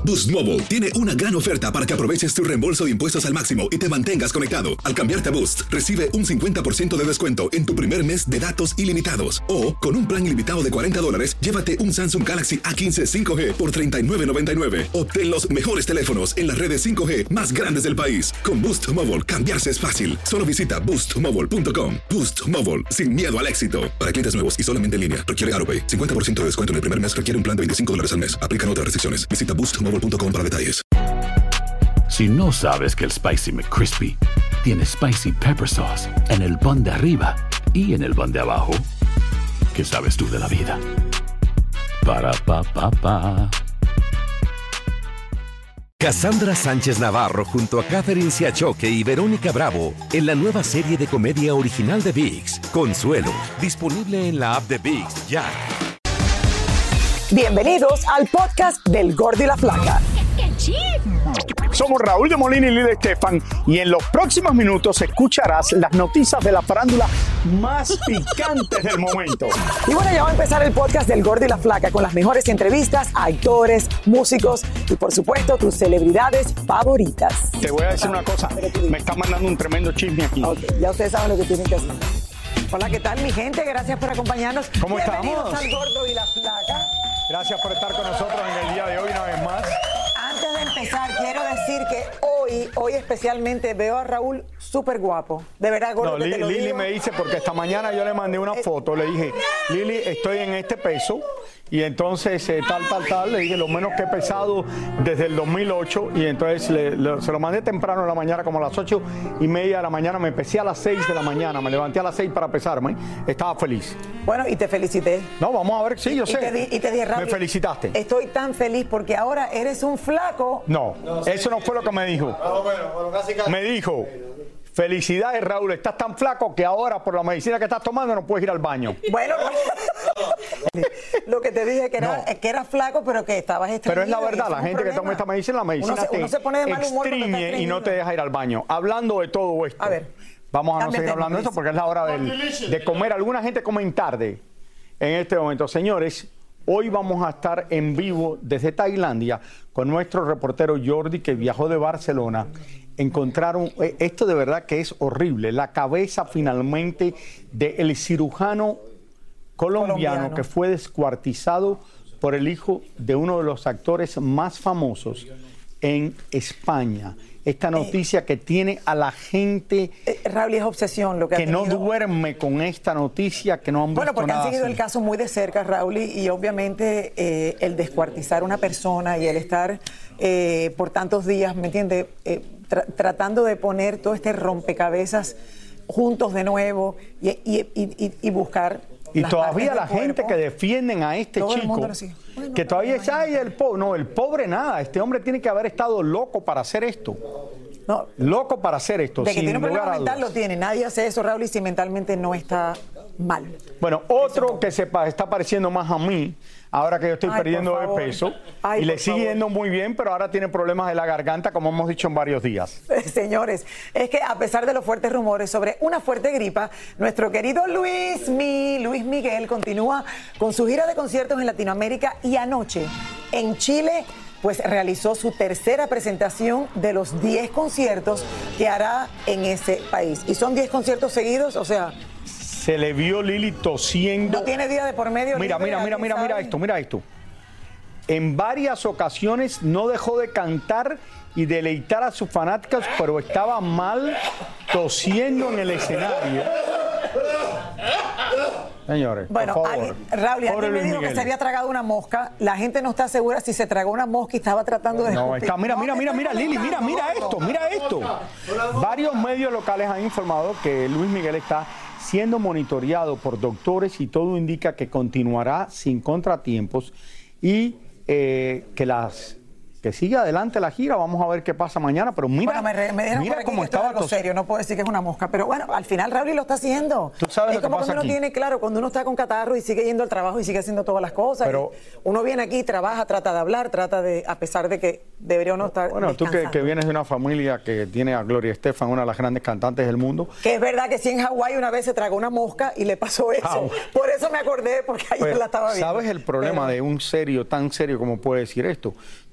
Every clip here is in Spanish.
Boost Mobile tiene una gran oferta para que aproveches tu reembolso de impuestos al máximo y te mantengas conectado. Al cambiarte a Boost, recibe un 50% de descuento en tu primer mes de datos ilimitados. O, con un plan ilimitado de $40, llévate un Samsung Galaxy A15 5G por $39.99. Obtén los mejores teléfonos en las redes 5G más grandes del país. Con Boost Mobile, cambiarse es fácil. Solo visita boostmobile.com. Boost Mobile, sin miedo al éxito. Para clientes nuevos y solamente en línea, requiere AroPay. 50% de descuento en el primer mes requiere un plan de $25 al mes. Aplican otras restricciones. Visita boostmobile.com para detalles. Si no sabes que el Spicy McCrispy tiene Spicy Pepper Sauce en el pan de arriba y en el pan de abajo, ¿qué sabes tú de la vida? Para, pa, pa, pa. Cassandra Sánchez Navarro junto a Catherine Siachoque y Verónica Bravo en la nueva serie de comedia original de ViX, Consuelo, disponible en la app de ViX ya. Bienvenidos al podcast del Gordo y la Flaca. Somos Raúl de Molina y Lidia Estefan y en los próximos minutos escucharás las noticias de la farándula más picantes del momento. Y bueno, ya va a empezar el podcast del Gordo y la Flaca con las mejores entrevistas a actores, músicos y por supuesto tus celebridades favoritas. Te voy a decir una cosa, me está mandando un tremendo chisme aquí. Okay, ya ustedes saben lo que tienen que hacer. Hola, ¿qué tal mi gente? Gracias por acompañarnos. ¿Cómo estamos? Bienvenidos al Gordo y la Flaca. Gracias por estar con nosotros en el día de hoy una vez más. Antes de empezar, quiero decir que hoy especialmente veo a Raúl súper guapo. De verdad, Gordo, No, que te lo Lili digo. me dice, porque esta mañana yo le mandé una foto, le dije, Lili, estoy en este peso, y entonces le dije, lo menos que he pesado desde el 2008, y entonces se lo mandé temprano en la mañana, como a las 8:30 de la mañana, me pesé a las 6 de la mañana, me levanté a las 6 para pesarme, estaba feliz. Bueno, y te felicité. No, vamos a ver, sí, yo sé. Te dije, Raúl, me felicitaste. Estoy tan feliz porque ahora eres un flaco. No, eso no fue lo que me dijo. Me dijo, felicidades Raúl, estás tan flaco que ahora por la medicina que estás tomando no puedes ir al baño. Bueno, lo que te dije que era flaco, pero que estabas estreñido. Pero es la verdad, la gente que toma esta medicina, uno se pone de mal humor extriñe y no te deja ir al baño. Hablando de todo esto, a ver, vamos a no seguir hablando de esto porque es la hora de comer. Alguna gente come tarde en este momento. Señores, hoy vamos a estar en vivo desde Tailandia con nuestro reportero Jordi, que viajó de Barcelona. Encontraron, esto de verdad que es horrible, la cabeza finalmente del cirujano colombiano que fue descuartizado por el hijo de uno de los actores más famosos en España. Esta noticia que tiene a la gente Raúl, es obsesión lo que no duerme con esta noticia, que no han visto nada. Bueno, porque han seguido el caso muy de cerca, Raúl, y obviamente el descuartizar a una persona y el estar por tantos días, ¿me entiendes? Tratando de poner todo este rompecabezas juntos de nuevo y buscar. Y todavía la gente que defienden a este chico, que todavía dice, ay, el pobre. No, el pobre nada. Este hombre tiene que haber estado loco para hacer esto. No, loco para hacer esto. De que tiene un problema mental, lo tiene. Nadie hace eso, Raúl, y si mentalmente no está mal. Bueno, otro que está pareciendo más a mí, ahora que yo estoy perdiendo de peso, y le sigue yendo muy bien, pero ahora tiene problemas de la garganta, como hemos dicho en varios días. Señores, es que a pesar de los fuertes rumores sobre una fuerte gripa, nuestro querido Luis Miguel continúa con su gira de conciertos en Latinoamérica y anoche en Chile pues realizó su tercera presentación de los 10 conciertos que hará en ese país. Y son 10 conciertos seguidos, o sea... Se le vio Lili tosiendo. No tiene día de por medio. Mira esto. En varias ocasiones no dejó de cantar y deleitar a sus fanáticos, pero estaba mal tosiendo en el escenario. Señores, bueno, por favor. Raúl, alguien me dijo que se había tragado una mosca. La gente no está segura si se tragó una mosca y estaba tratando de... No, está, mira, Lili, mira esto. Varios medios locales han informado que Luis Miguel está siendo monitoreado por doctores y todo indica que continuará sin contratiempos y que sigue adelante la gira. Vamos a ver qué pasa mañana, pero mira, mira cómo estaba algo serio, no puedo decir que es una mosca, pero bueno, al final Raúl lo está haciendo. Tú sabes es lo que como pasa cuando uno tiene, claro, cuando uno está con catarro y sigue yendo al trabajo y sigue haciendo todas las cosas, pero uno viene aquí, trabaja, trata de hablar, a pesar de que debería uno estar bueno, descansando. Tú que vienes de una familia que tiene a Gloria Estefan, una de las grandes cantantes del mundo. Que es verdad que sí, en Hawái una vez se tragó una mosca y le pasó eso. Por eso me acordé, porque ayer la estaba viendo. ¿Sabes el problema de un serio, tan serio como puede decir esto?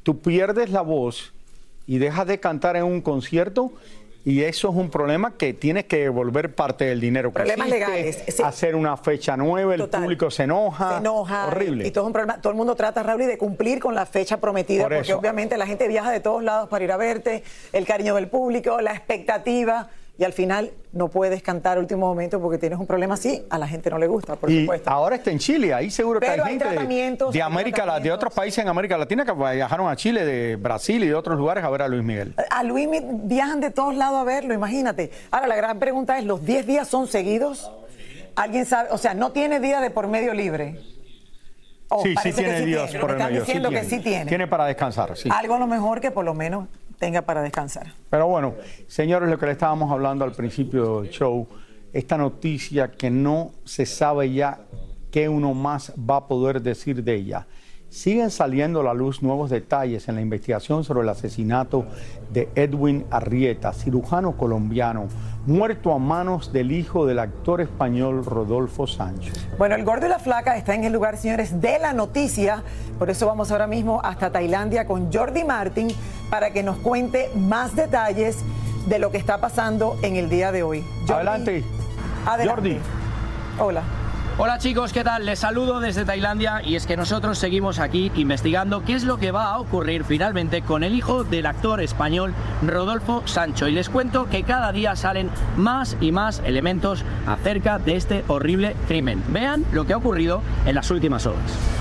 tú pierdes la voz y dejas de cantar en un concierto, y eso es un problema que tienes que devolver parte del dinero. Problemas legales. Sí. Hacer una fecha nueva, el público se enoja. Se enoja. Horrible. Y todo es un problema. Todo el mundo trata, Raúl, de cumplir con la fecha prometida, porque obviamente la gente viaja de todos lados para ir a verte, el cariño del público, la expectativa, y al final no puedes cantar último momento porque tienes un problema así, a la gente no le gusta, por supuesto. Ahora está en Chile, ahí seguro pero que hay gente de América, de otros países en América Latina que viajaron a Chile, de Brasil y de otros lugares a ver a Luis Miguel. A Luis viajan de todos lados a verlo, imagínate. Ahora la gran pregunta es, ¿los 10 días son seguidos? ¿Alguien sabe? O sea, ¿no tiene día de por medio libre? Sí tiene días por medio. Diciendo que sí tiene. Tiene para descansar, sí. Algo a lo mejor que por lo menos tenga para descansar. Pero bueno, señores, lo que le estábamos hablando al principio del show, esta noticia que no se sabe ya qué uno más va a poder decir de ella. Siguen saliendo a la luz nuevos detalles en la investigación sobre el asesinato de Edwin Arrieta, cirujano colombiano, muerto a manos del hijo del actor español Rodolfo Sancho. Bueno, el gordo y la flaca está en el lugar, señores, de la noticia. Por eso vamos ahora mismo hasta Tailandia con Jordi Martin para que nos cuente más detalles de lo que está pasando en el día de hoy. Jordi, adelante. Jordi. Hola. Hola chicos, ¿qué tal? Les saludo desde Tailandia y es que nosotros seguimos aquí investigando qué es lo que va a ocurrir finalmente con el hijo del actor español Rodolfo Sancho, y les cuento que cada día salen más y más elementos acerca de este horrible crimen. Vean lo que ha ocurrido en las últimas horas.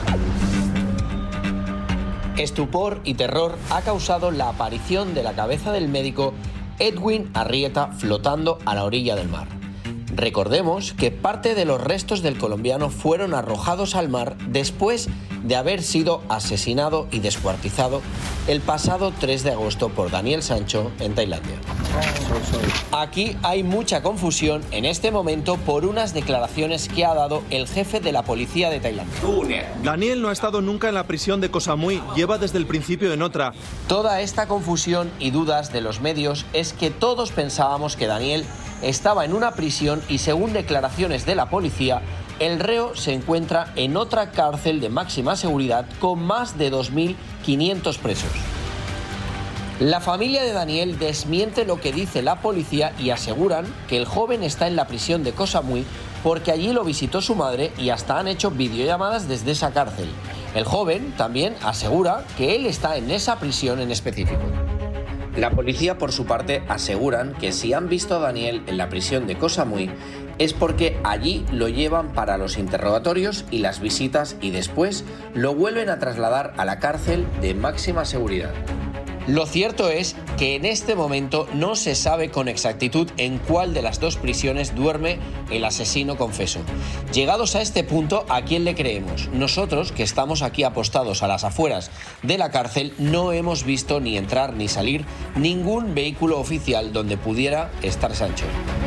Estupor y terror ha causado la aparición de la cabeza del médico Edwin Arrieta flotando a la orilla del mar. Recordemos que parte de los restos del colombiano fueron arrojados al mar después de haber sido asesinado y descuartizado el pasado 3 de agosto por Daniel Sancho en Tailandia. Aquí hay mucha confusión en este momento por unas declaraciones que ha dado el jefe de la policía de Tailandia. Daniel no ha estado nunca en la prisión de Koh Samui, lleva desde el principio en otra. Toda esta confusión y dudas de los medios es que todos pensábamos que Daniel estaba en una prisión y, según declaraciones de la policía, el reo se encuentra en otra cárcel de máxima seguridad con más de 2.500 presos. La familia de Daniel desmiente lo que dice la policía y aseguran que el joven está en la prisión de Koh Samui porque allí lo visitó su madre y hasta han hecho videollamadas desde esa cárcel. El joven también asegura que él está en esa prisión en específico. La policía, por su parte, aseguran que si han visto a Daniel en la prisión de Koh Samui es porque allí lo llevan para los interrogatorios y las visitas y después lo vuelven a trasladar a la cárcel de máxima seguridad. Lo cierto es que en este momento no se sabe con exactitud en cuál de las dos prisiones duerme el asesino confeso. Llegados a este punto, ¿a quién le creemos? Nosotros, que estamos aquí apostados a las afueras de la cárcel, no hemos visto ni entrar ni salir ningún vehículo oficial donde pudiera estar Sancho.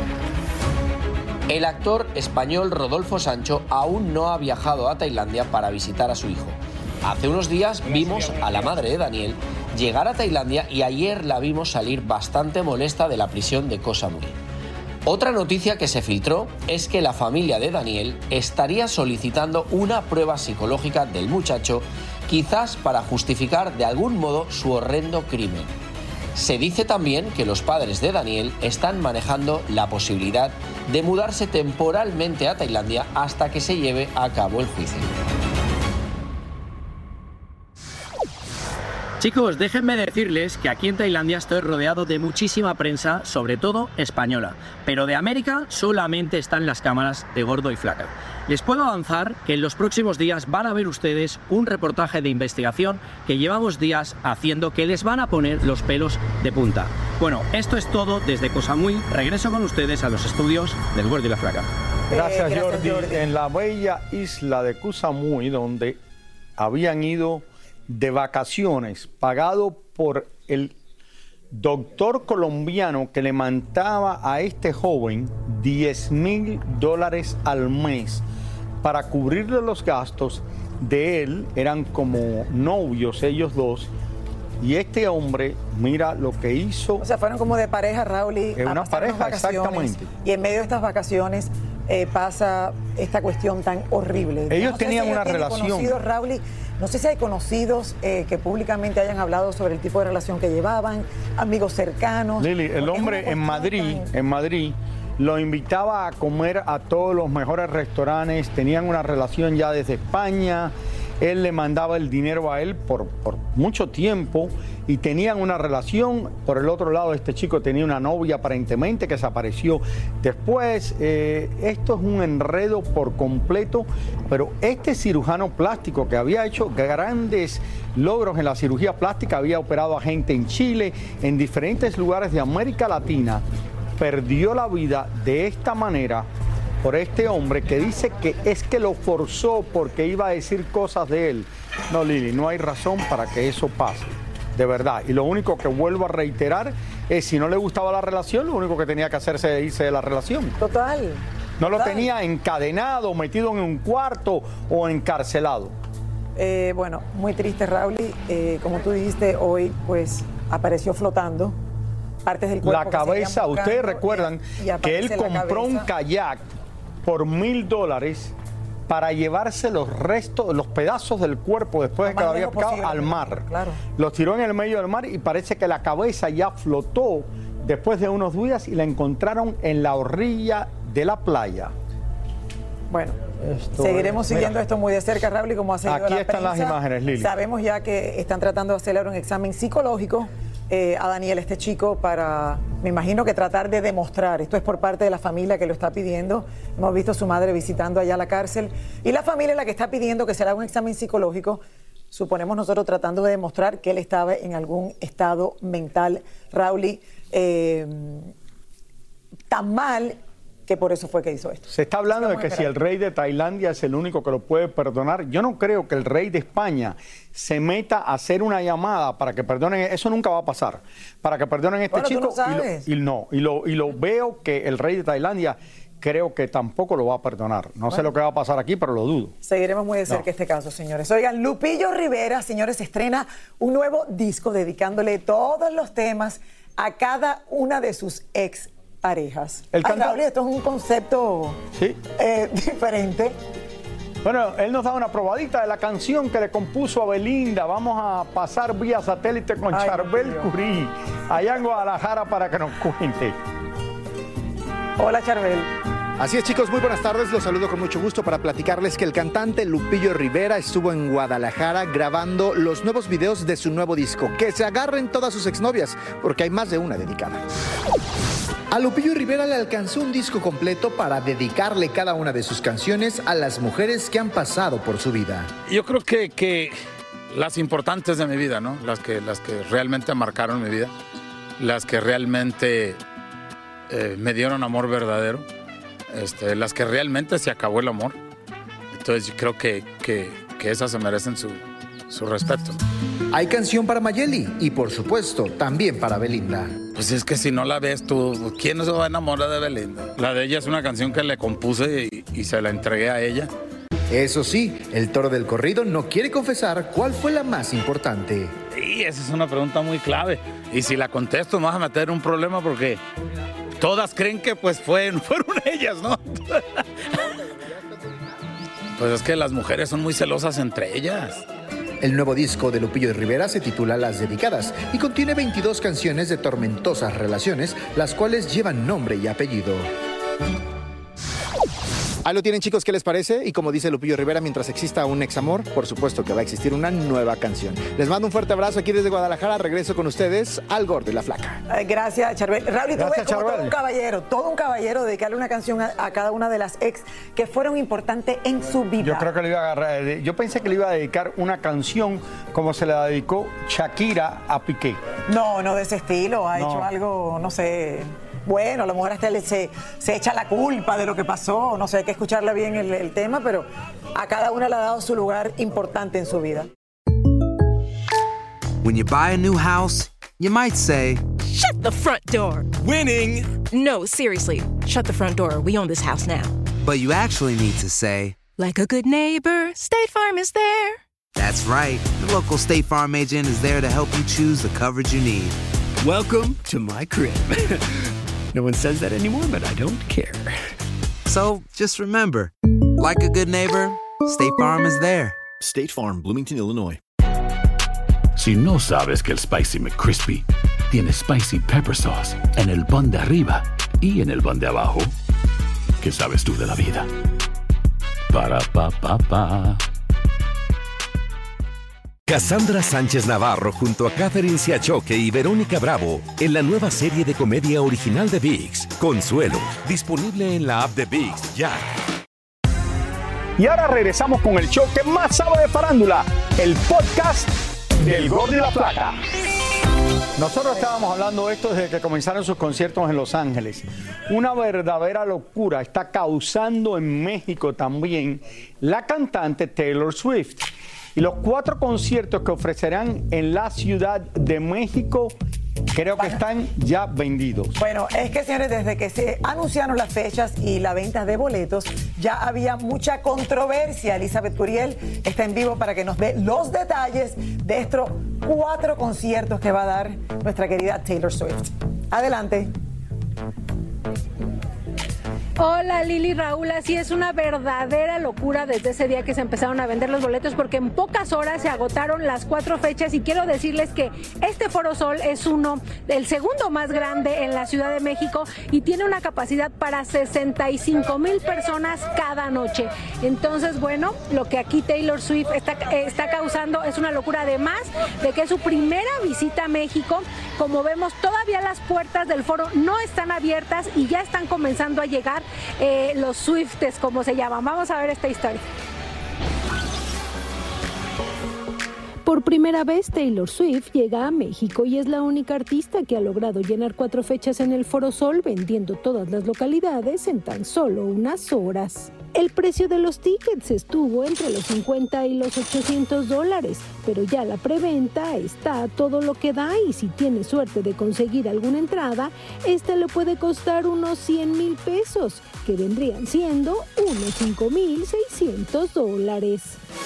El actor español Rodolfo Sancho aún no ha viajado a Tailandia para visitar a su hijo. Hace unos días vimos a la madre de Daniel llegar a Tailandia y ayer la vimos salir bastante molesta de la prisión de Koh Samui. Otra noticia que se filtró es que la familia de Daniel estaría solicitando una prueba psicológica del muchacho, quizás para justificar de algún modo su horrendo crimen. Se dice también que los padres de Daniel están manejando la posibilidad de mudarse temporalmente a Tailandia hasta que se lleve a cabo el juicio. Chicos, déjenme decirles que aquí en Tailandia estoy rodeado de muchísima prensa, sobre todo española, pero de América solamente están las cámaras de Gordo y Flaca. Les puedo avanzar que en los próximos días van a ver ustedes un reportaje de investigación que llevamos días haciendo que les van a poner los pelos de punta. Bueno, esto es todo desde Koh Samui. Regreso con ustedes a los estudios del Gordo y la Flaca. Gracias, Jordi. En la bella isla de Koh Samui, donde habían ido de vacaciones, pagado por el doctor colombiano que le mandaba a este joven $10,000 al mes para cubrirle los gastos de él. Eran como novios ellos dos, y este hombre, mira lo que hizo. O sea, fueron como de pareja, Raúl, y es una pareja, exactamente. Y en medio de estas vacaciones pasa esta cuestión tan horrible. Ellos tenían una relación. Conocido, Raúl, No sé si hay conocidos que públicamente hayan hablado sobre el tipo de relación que llevaban, amigos cercanos. Lili, el hombre en Madrid lo invitaba a comer a todos los mejores restaurantes, tenían una relación ya desde España, él le mandaba el dinero a él por mucho tiempo y tenían una relación. Por el otro lado, este chico tenía una novia aparentemente que desapareció después. Esto es un enredo por completo, pero este cirujano plástico que había hecho grandes logros en la cirugía plástica, había operado a gente en Chile, en diferentes lugares de América Latina, perdió la vida de esta manera por este hombre que dice que es que lo forzó porque iba a decir cosas de él. No, Lili, no hay razón para que eso pase, de verdad. Y lo único que vuelvo a reiterar es, si no le gustaba la relación, lo único que tenía que hacerse es irse de la relación. Total. No lo tenía encadenado, metido en un cuarto o encarcelado. Bueno, muy triste, Raúl. Como tú dijiste, hoy pues apareció flotando partes del cuerpo. La cabeza, ustedes recuerdan que él compró un kayak por $1,000 para llevarse los restos, los pedazos del cuerpo después de que lo había picado al mar. Claro. Los tiró en el medio del mar y parece que la cabeza ya flotó después de unos días y la encontraron en la orilla de la playa. Bueno, seguiremos siguiendo esto muy de cerca, Raúl, y como ha seguido aquí la están prensa, las imágenes, Lili. Sabemos ya que están tratando de hacerle un examen psicológico a Daniel, este chico, para, me imagino que tratar de demostrar, esto es por parte de la familia que lo está pidiendo. Hemos visto a su madre visitando allá la cárcel y la familia es la que está pidiendo que se le haga un examen psicológico, suponemos nosotros, tratando de demostrar que él estaba en algún estado mental, Raúl, tan mal que por eso fue que hizo esto. Se está hablando de que si el rey de Tailandia es el único que lo puede perdonar, yo no creo que el rey de España se meta a hacer una llamada para que perdonen, eso nunca va a pasar, para que perdonen a este chico. Tú no sabes. Y lo veo que el rey de Tailandia creo que tampoco lo va a perdonar. No sé lo que va a pasar aquí, pero lo dudo. Seguiremos muy de cerca este caso, señores. Oigan, Lupillo Rivera, señores, estrena un nuevo disco dedicándole todos los temas a cada una de sus ex parejas. Raúl, esto es un concepto diferente. Bueno, él nos da una probadita de la canción que le compuso a Belinda. Vamos a pasar vía satélite con Charbel Curry, allá en Guadalajara, para que nos cuente. Hola, Charbel. Así es, chicos, muy buenas tardes. Los saludo con mucho gusto para platicarles que el cantante Lupillo Rivera estuvo en Guadalajara grabando los nuevos videos de su nuevo disco. Que se agarren todas sus exnovias, porque hay más de una dedicada. A Lupillo Rivera le alcanzó un disco completo para dedicarle cada una de sus canciones a las mujeres que han pasado por su vida. Yo creo que las importantes de mi vida, ¿no? Las que realmente marcaron mi vida, las que realmente me dieron amor verdadero, las que realmente se acabó el amor. Entonces yo creo que esas se merecen su respeto. Hay canción para Mayeli y, por supuesto, también para Belinda. Pues es que si no la ves tú, ¿quién no se va a enamorar de Belinda? La de ella es una canción que le compuse y se la entregué a ella. Eso sí, el toro del corrido no quiere confesar cuál fue la más importante. Sí, esa es una pregunta muy clave. Y si la contesto me vas a meter en un problema porque todas creen que pues fueron ellas, ¿no? Pues es que las mujeres son muy celosas entre ellas. El nuevo disco de Lupillo Rivera se titula Las Dedicadas y contiene 22 canciones de tormentosas relaciones, las cuales llevan nombre y apellido. Ahí lo tienen, chicos, ¿qué les parece? Y como dice Lupillo Rivera, mientras exista un examor, por supuesto que va a existir una nueva canción. Les mando un fuerte abrazo aquí desde Guadalajara. Regreso con ustedes al Gordo y la Flaca. Gracias, Charbel. Raúl, tú ves como todo un caballero dedicarle una canción a cada una de las ex que fueron importantes en su vida. Yo creo que le iba a agarrar. Yo pensé que le iba a dedicar una canción como se la dedicó Shakira a Piqué. No, de ese estilo. Ha hecho algo, no sé. Bueno, a lo mejor hasta él se echa la culpa de lo que pasó, no sé, hay que escucharle bien el tema, pero a cada una le ha dado su lugar importante en su vida. When you buy a new house, you might say, "Shut the front door." Winning! No, seriously, shut the front door. We own this house now. But you actually need to say, like a good neighbor, State Farm is there. That's right. The local State Farm agent is there to help you choose the coverage you need. Welcome to my crib. No one says that anymore, but I don't care. So just remember, like a good neighbor, State Farm is there. State Farm, Bloomington, Illinois. Si no sabes que el Spicy McCrispy tiene Spicy Pepper Sauce en el pan de arriba y en el pan de abajo, ¿qué sabes tú de la vida? Para, pa, pa, pa. Cassandra Sánchez Navarro junto a Catherine Siachoque y Verónica Bravo en la nueva serie de comedia original de ViX, Consuelo, disponible en la app de ViX ya. Y ahora regresamos con el show que más sabe de farándula, el podcast del Gordo y la Flaca. Nosotros estábamos hablando de esto desde que comenzaron sus conciertos en Los Ángeles. Una verdadera locura está causando en México también la cantante Taylor Swift. Y los 4 conciertos que ofrecerán en la Ciudad de México creo que están ya vendidos. Bueno, es que, señores, desde que se anunciaron las fechas y la venta de boletos, ya había mucha controversia. Elizabeth Curiel está en vivo para que nos dé los detalles de estos 4 conciertos que va a dar nuestra querida Taylor Swift. Adelante. Hola Lili, Raúl, así es una verdadera locura desde ese día que se empezaron a vender los boletos, porque en pocas horas se agotaron las 4 fechas y quiero decirles que este Foro Sol es el segundo más grande en la Ciudad de México y tiene una capacidad para 65,000 personas cada noche. Entonces, bueno, lo que aquí Taylor Swift está causando es una locura, además de que es su primera visita a México. Como vemos, todavía las puertas del foro no están abiertas y ya están comenzando a llegar los Swifties, como se llaman. Vamos a ver esta historia. Por primera vez, Taylor Swift llega a México y es la única artista que ha logrado llenar 4 fechas en el Foro Sol, vendiendo todas las localidades en tan solo unas horas. El precio de los tickets estuvo entre los $50 y los $800, pero ya la preventa está a todo lo que da y si tiene suerte de conseguir alguna entrada, esta le puede costar unos 100,000 pesos, que vendrían siendo unos $5,600.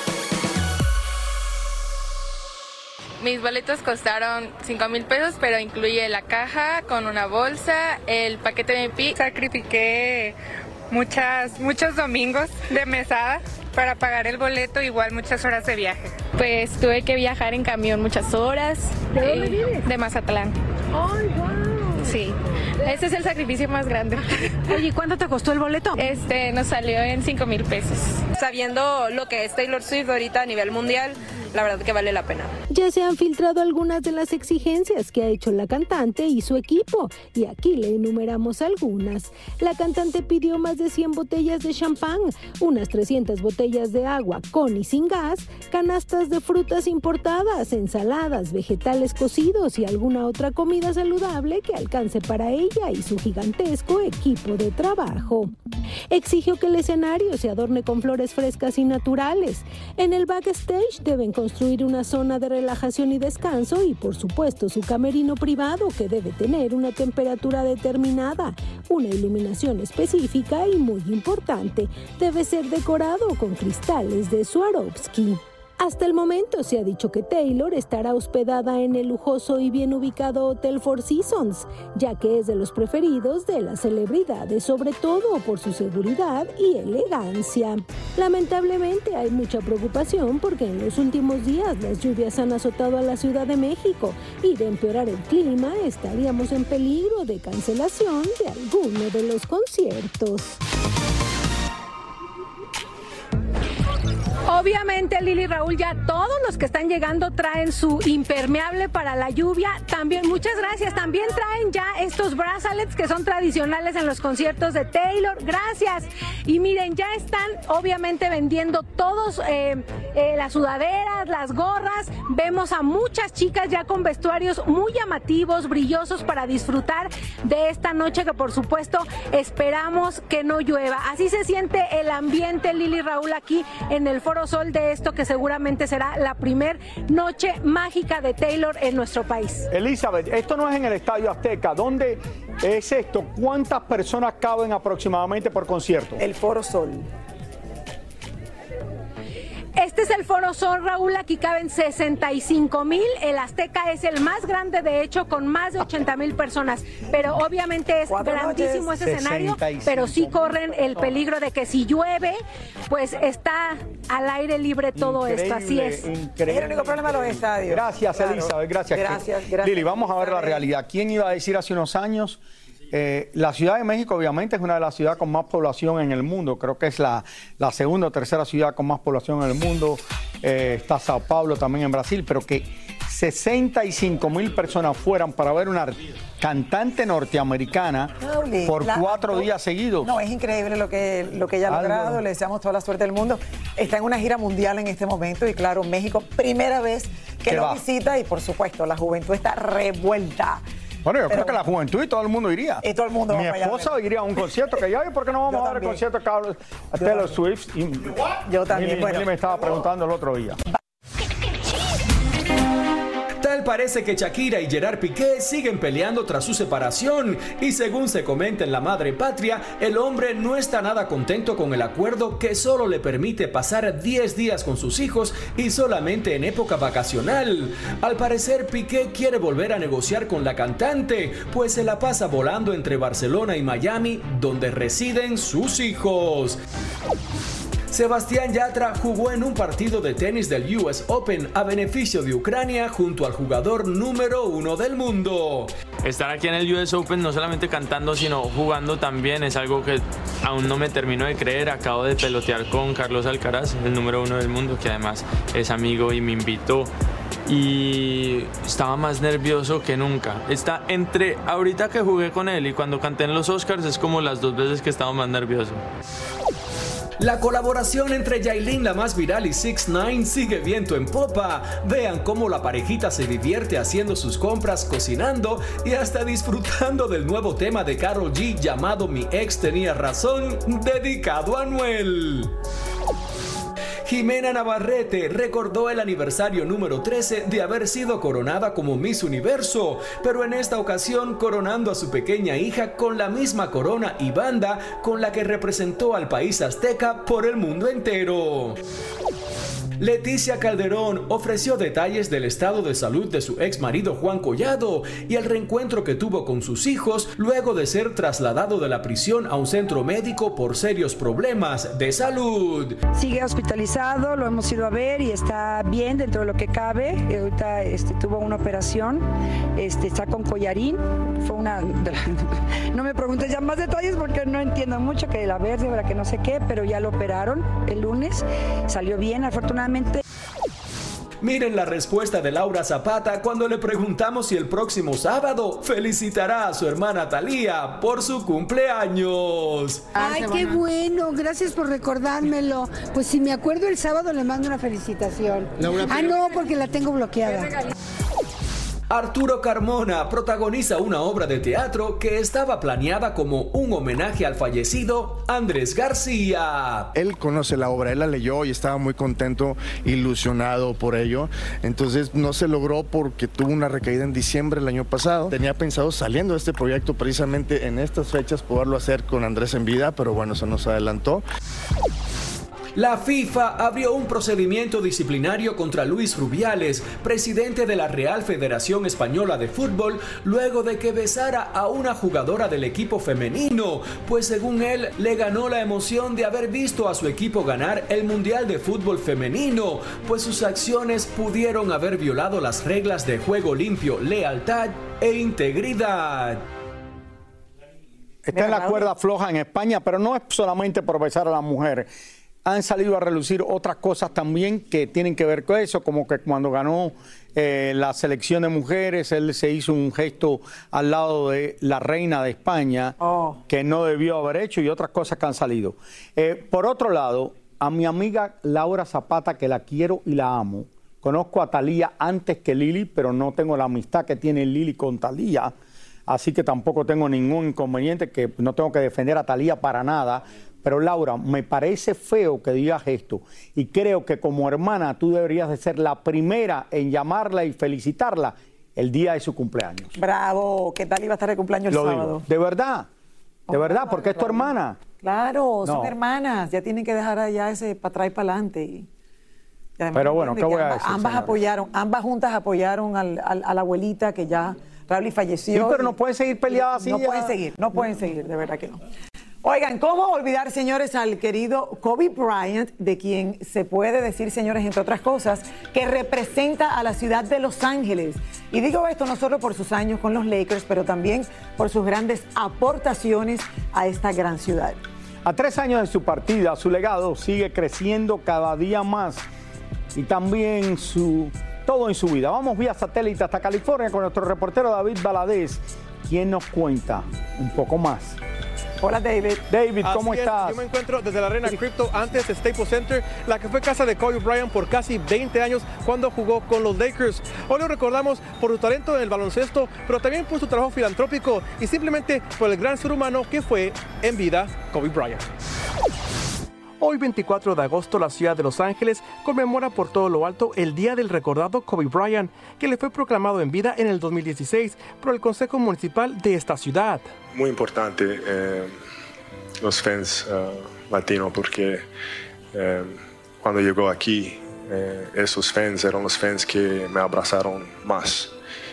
Mis boletos costaron 5,000 pesos, pero incluye la caja con una bolsa, el paquete de VIP. Sacrifiqué muchos domingos de mesada para pagar el boleto, igual muchas horas de viaje. Pues tuve que viajar en camión muchas horas. ¿De dónde vives? De Mazatlán. ¡Ay, wow! Sí, ese es el sacrificio más grande. Oye, ¿cuánto te costó el boleto? Nos salió en 5,000 pesos. Sabiendo lo que es Taylor Swift ahorita a nivel mundial, la verdad que vale la pena. Ya se han filtrado algunas de las exigencias que ha hecho la cantante y su equipo, y aquí le enumeramos algunas. La cantante pidió más de 100 botellas de champán, unas 300 botellas de agua con y sin gas, canastas de frutas importadas, ensaladas, vegetales cocidos y alguna otra comida saludable que alcance para ella y su gigantesco equipo de trabajo. Exigió que el escenario se adorne con flores frescas y naturales. En el backstage deben construir una zona de relajación y descanso y, por supuesto, su camerino privado, que debe tener una temperatura determinada, una iluminación específica y, muy importante, debe ser decorado con cristales de Swarovski. Hasta el momento se ha dicho que Taylor estará hospedada en el lujoso y bien ubicado Hotel Four Seasons, ya que es de los preferidos de las celebridades, sobre todo por su seguridad y elegancia. Lamentablemente hay mucha preocupación porque en los últimos días las lluvias han azotado a la Ciudad de México y de empeorar el clima estaríamos en peligro de cancelación de alguno de los conciertos. Obviamente, Lili, Raúl, ya todos los que están llegando traen su impermeable para la lluvia. También, muchas gracias, también traen ya estos bracelets que son tradicionales en los conciertos de Taylor. Gracias. Y miren, ya están obviamente vendiendo todos las sudaderas, las gorras. Vemos a muchas chicas ya con vestuarios muy llamativos, brillosos, para disfrutar de esta noche que, por supuesto, esperamos que no llueva. Así se siente el ambiente, Lili, Raúl, aquí en el Foro Sol de esto que seguramente será la primer noche mágica de Taylor en nuestro país. Elizabeth, esto no es en el Estadio Azteca. ¿Dónde es esto? ¿Cuántas personas caben aproximadamente por concierto? El Foro Sol. Este es el Foro Sol, Raúl, aquí caben 65,000. El Azteca es el más grande, de hecho, con más de 80,000 personas. Pero obviamente es grandísimo ese escenario, pero sí corren el peligro de que si llueve, pues está al aire libre todo esto. Así es. Es el único problema de los estadios. Gracias, claro. Elizabeth, gracias. Lili, vamos a ver la realidad. ¿Quién iba a decir hace unos años? La Ciudad de México obviamente es una de las ciudades con más población en el mundo, creo que es la segunda o tercera ciudad con más población en el mundo, está Sao Paulo también en Brasil, pero que 65,000 personas fueran para ver una cantante norteamericana por 4 días seguidos. No, es increíble lo que ella ha logrado, le deseamos toda la suerte del mundo. Está en una gira mundial en este momento y claro, México, primera vez que lo visita y por supuesto la juventud está revuelta. Bueno, yo creo que la juventud y todo el mundo iría. Y todo el mundo. Mi esposa iría a un concierto que ya, ¿por qué no vamos a ver el concierto de Taylor Swift? Yo también. Lili me estaba preguntando el otro día. Tal parece que Shakira y Gerard Piqué siguen peleando tras su separación y según se comenta en La Madre Patria, el hombre no está nada contento con el acuerdo que solo le permite pasar 10 días con sus hijos y solamente en época vacacional. Al parecer Piqué quiere volver a negociar con la cantante, pues se la pasa volando entre Barcelona y Miami, donde residen sus hijos. Sebastián Yatra jugó en un partido de tenis del US Open a beneficio de Ucrania junto al jugador número 1 del mundo. Estar aquí en el US Open no solamente cantando sino jugando también es algo que aún no me termino de creer. Acabo de pelotear con Carlos Alcaraz, el número 1 del mundo, que además es amigo y me invitó. Y estaba más nervioso que nunca. Está entre ahorita que jugué con él y cuando canté en los Oscars es como las 2 veces que estaba más nervioso. La colaboración entre Yailin, la más viral, y 6ix9ine sigue viento en popa. Vean cómo la parejita se divierte haciendo sus compras, cocinando y hasta disfrutando del nuevo tema de Karol G llamado Mi Ex Tenía Razón, dedicado a Anuel. Jimena Navarrete recordó el aniversario número 13 de haber sido coronada como Miss Universo, pero en esta ocasión coronando a su pequeña hija con la misma corona y banda con la que representó al país azteca por el mundo entero. Leticia Calderón ofreció detalles del estado de salud de su ex marido Juan Collado y el reencuentro que tuvo con sus hijos luego de ser trasladado de la prisión a un centro médico por serios problemas de salud. Sigue hospitalizado, lo hemos ido a ver y está bien dentro de lo que cabe. Ahorita tuvo una operación, está con collarín. Fue una... No me preguntes ya más detalles porque no entiendo mucho, que de la vértebra, que no sé qué, pero ya lo operaron el lunes, salió bien, afortunadamente. Miren la respuesta de Laura Zapata cuando le preguntamos si el próximo sábado felicitará a su hermana Thalía por su cumpleaños. Ay, qué bueno, gracias por recordármelo. Pues si me acuerdo el sábado le mando una felicitación. Laura, no, porque la tengo bloqueada. Arturo Carmona protagoniza una obra de teatro que estaba planeada como un homenaje al fallecido Andrés García. Él conoce la obra, él la leyó y estaba muy contento, ilusionado por ello. Entonces no se logró porque tuvo una recaída en diciembre del año pasado. Tenía pensado, saliendo de este proyecto precisamente en estas fechas, poderlo hacer con Andrés en vida, pero bueno, se nos adelantó. La FIFA abrió un procedimiento disciplinario contra Luis Rubiales, presidente de la Real Federación Española de Fútbol, luego de que besara a una jugadora del equipo femenino, pues según él le ganó la emoción de haber visto a su equipo ganar el Mundial de Fútbol Femenino, pues sus acciones pudieron haber violado las reglas de juego limpio, lealtad e integridad. Está en la cuerda floja en España, pero no es solamente por besar a la mujer. Han salido a relucir otras cosas también que tienen que ver con eso, como que cuando ganó la selección de mujeres, él se hizo un gesto al lado de la reina de España que no debió haber hecho y otras cosas que han salido. Por otro lado, a mi amiga Laura Zapata, que la quiero y la amo, conozco a Thalía antes que Lili, pero no tengo la amistad que tiene Lili con Thalía, así que tampoco tengo ningún inconveniente, que no tengo que defender a Thalía para nada. Pero Laura, me parece feo que digas esto y creo que como hermana tú deberías de ser la primera en llamarla y felicitarla el día de su cumpleaños. Bravo, ¿qué tal iba a estar de cumpleaños el sábado? De verdad, porque es tu hermana. Claro, son hermanas, ya tienen que dejar allá ese para atrás y para adelante. Pero bueno, ¿qué voy a decir? Ambas juntas apoyaron a la abuelita que ya Raúl falleció. Sí, pero no pueden seguir peleadas así. No pueden seguir, de verdad que no. Oigan, ¿cómo olvidar, señores, al querido Kobe Bryant, de quien se puede decir, señores, entre otras cosas, que representa a la ciudad de Los Ángeles? Y digo esto no solo por sus años con los Lakers, pero también por sus grandes aportaciones a esta gran ciudad. A 3 años de su partida, su legado sigue creciendo cada día más y también todo en su vida. Vamos vía satélite hasta California con nuestro reportero David Valadez, quien nos cuenta un poco más. Hola, David. David, ¿cómo estás? Yo me encuentro desde la Arena Crypto, antes de Staples Center, la que fue casa de Kobe Bryant por casi 20 años cuando jugó con los Lakers. Hoy lo recordamos por su talento en el baloncesto, pero también por su trabajo filantrópico y simplemente por el gran ser humano que fue en vida Kobe Bryant. Hoy, 24 de agosto, la ciudad de Los Ángeles conmemora por todo lo alto el Día del recordado Kobe Bryant, que le fue proclamado en vida en el 2016 por el Consejo Municipal de esta ciudad. Muy importante los fans latinos, porque cuando llegó aquí, esos fans eran los fans que me abrazaron más,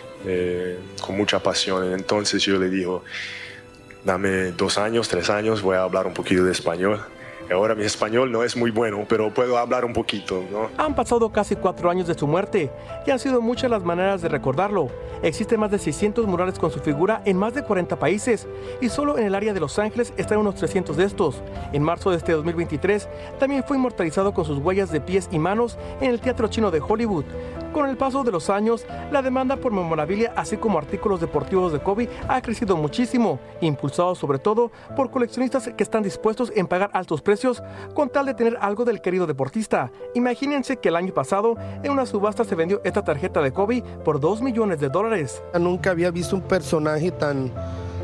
con mucha pasión. Entonces yo le dije, dame 2 años, 3 años, voy a hablar un poquito de español. Ahora mi español no es muy bueno, pero puedo hablar un poquito, ¿no? Han pasado casi 4 años de su muerte y han sido muchas las maneras de recordarlo. Existen más de 600 murales con su figura en más de 40 países y solo en el área de Los Ángeles están unos 300 de estos. En marzo de este 2023 también fue inmortalizado con sus huellas de pies y manos en el Teatro Chino de Hollywood. Con el paso de los años, la demanda por memorabilia, así como artículos deportivos de Kobe, ha crecido muchísimo, impulsado sobre todo por coleccionistas que están dispuestos en pagar altos precios con tal de tener algo del querido deportista. Imagínense que el año pasado, en una subasta se vendió esta tarjeta de Kobe por $2 millones. Nunca había visto un personaje tan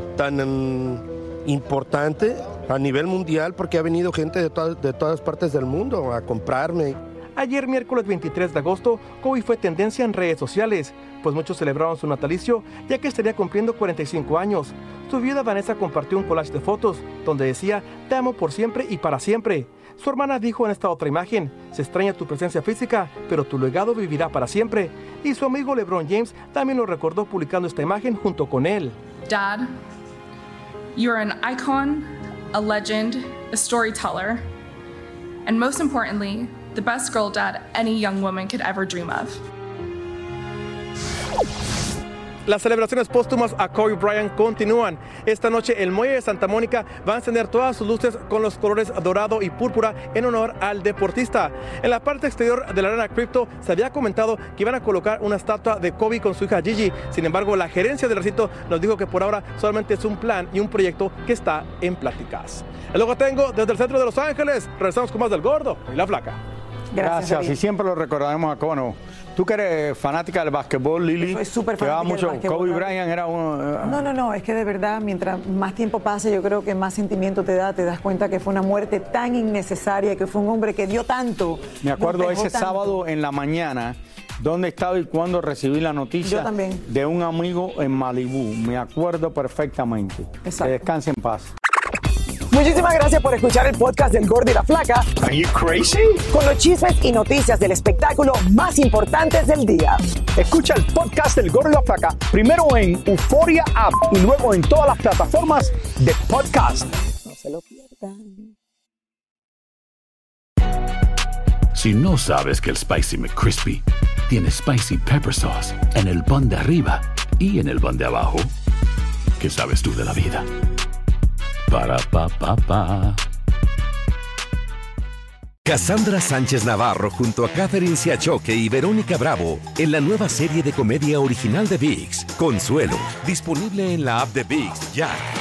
importante a nivel mundial, porque ha venido gente de todas partes del mundo a comprarme. Ayer, miércoles 23 de agosto, Kobe fue tendencia en redes sociales, pues muchos celebraron su natalicio, ya que estaría cumpliendo 45 años. Su viuda Vanessa compartió un collage de fotos, donde decía, te amo por siempre y para siempre. Su hermana dijo en esta otra imagen, se extraña tu presencia física, pero tu legado vivirá para siempre. Y su amigo LeBron James también lo recordó publicando esta imagen junto con él. Dad, you are an icon, a legend, a storyteller, and most importantly, the best girl dad any young woman could ever dream of. Las celebraciones póstumas a Kobe Bryant continúan. Esta noche el Muelle de Santa Mónica va a encender todas sus luces con los colores dorado y púrpura en honor al deportista. En la parte exterior de la Arena Crypto se había comentado que iban a colocar una estatua de Kobe con su hija Gigi. Sin embargo, la gerencia del recinto nos dijo que por ahora solamente es un plan y un proyecto que está en pláticas. Es lo que tengo desde el centro de Los Ángeles. Regresamos con más del Gordo y la Flaca. Gracias. Y siempre lo recordaremos a Cono. Tú que eres fanática del básquetbol, Lili. Soy súper fanática del básquetbol. Kobe Bryant era uno... No, es que de verdad, mientras más tiempo pase, yo creo que más sentimiento te das cuenta que fue una muerte tan innecesaria, que fue un hombre que dio tanto. Me acuerdo ese sábado en la mañana, dónde estaba y cuándo recibí la noticia de un amigo en Malibú. Me acuerdo perfectamente. Exacto. Que descanse en paz. Muchísimas gracias por escuchar el podcast del Gordo y la Flaca. Are you crazy? Con los chismes y noticias del espectáculo más importantes del día. Escucha el podcast del Gordo y la Flaca primero en Euphoria App y luego en todas las plataformas de podcast. No se lo pierdan. Si no sabes que el Spicy McCrispy tiene Spicy Pepper Sauce en el pan de arriba y en el pan de abajo, ¿qué sabes tú de la vida? Para pa pa pa. Cassandra Sánchez Navarro junto a Catherine Siachoque y Verónica Bravo en la nueva serie de comedia original de ViX, Consuelo, disponible en la app de ViX ya.